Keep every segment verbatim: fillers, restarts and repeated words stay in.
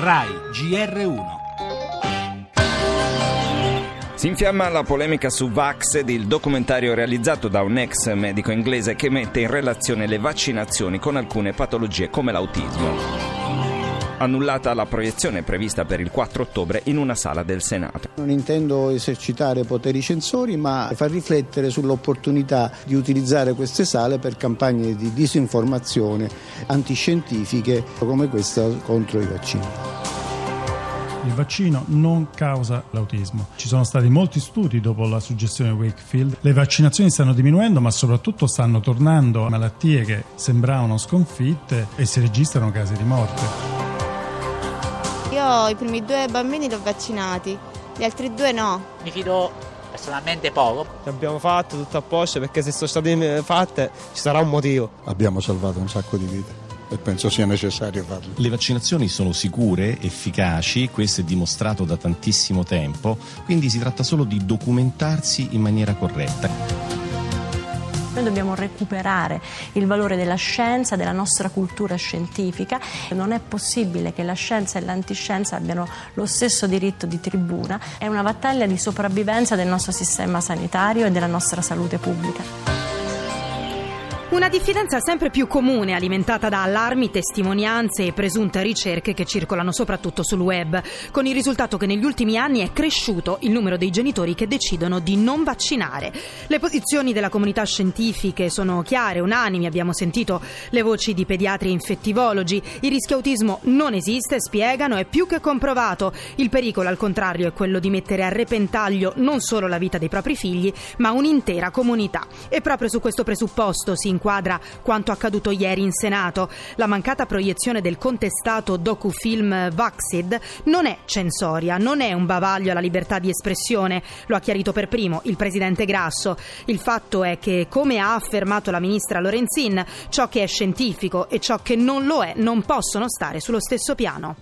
Rai G R uno. Si infiamma la polemica su Vaxxed, il documentario realizzato da un ex medico inglese che mette in relazione le vaccinazioni con alcune patologie come l'autismo. Annullata la proiezione prevista per il quattro ottobre in una sala del Senato. Non intendo esercitare poteri censori, ma far riflettere sull'opportunità di utilizzare queste sale per campagne di disinformazione antiscientifiche come questa contro i vaccini. Il vaccino non causa l'autismo. Ci sono stati molti studi dopo la suggestione Wakefield. Le vaccinazioni stanno diminuendo, ma soprattutto stanno tornando malattie che sembravano sconfitte e si registrano casi di morte. Io i primi due bambini li ho vaccinati, gli altri due no. Mi fido personalmente poco. Abbiamo fatto tutto a posto, perché se sono state fatte ci sarà un motivo. Abbiamo salvato un sacco di vite e penso sia necessario farlo. Le vaccinazioni sono sicure, efficaci, questo è dimostrato da tantissimo tempo, quindi si tratta solo di documentarsi in maniera corretta. Noi dobbiamo recuperare il valore della scienza, della nostra cultura scientifica. Non è possibile che la scienza e l'antiscienza abbiano lo stesso diritto di tribuna. È una battaglia di sopravvivenza del nostro sistema sanitario e della nostra salute pubblica. Una diffidenza sempre più comune, alimentata da allarmi, testimonianze e presunte ricerche che circolano soprattutto sul web, con il risultato che negli ultimi anni è cresciuto il numero dei genitori che decidono di non vaccinare. Le posizioni della comunità scientifiche sono chiare, unanimi, abbiamo sentito le voci di pediatri e infettivologi. Il rischio autismo non esiste, spiegano, è più che comprovato. Il pericolo, al contrario, è quello di mettere a repentaglio non solo la vita dei propri figli, ma un'intera comunità. E proprio su questo presupposto si inquadra quanto accaduto ieri in Senato. La mancata proiezione del contestato docufilm Vaxxed non è censoria, non è un bavaglio alla libertà di espressione, lo ha chiarito per primo il presidente Grasso. Il fatto è che, come ha affermato la ministra Lorenzin, ciò che è scientifico e ciò che non lo è non possono stare sullo stesso piano.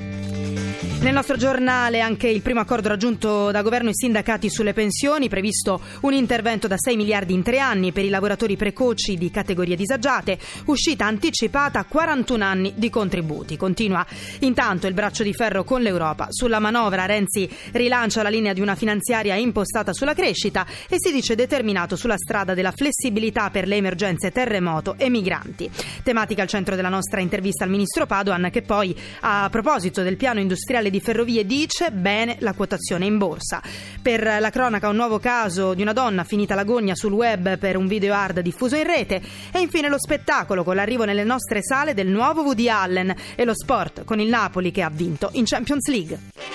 Nel nostro giornale anche il primo accordo raggiunto da governo e sindacati sulle pensioni, previsto un intervento da sei miliardi in tre anni per i lavoratori precoci di categorie disagiate, uscita anticipata a quarantuno anni di contributi. Continua intanto il braccio di ferro con l'Europa. Sulla manovra Renzi rilancia la linea di una finanziaria impostata sulla crescita e si dice determinato sulla strada della flessibilità per le emergenze terremoto e migranti. Tematica al centro della nostra intervista al ministro Padoan, che poi, a proposito del piano industriale di Ferrovie, dice bene la quotazione in borsa. Per la cronaca un nuovo caso di una donna finita l'agonia sul web per un video hard diffuso in rete, e infine lo spettacolo con l'arrivo nelle nostre sale del nuovo Woody Allen e lo sport con il Napoli che ha vinto in Champions League.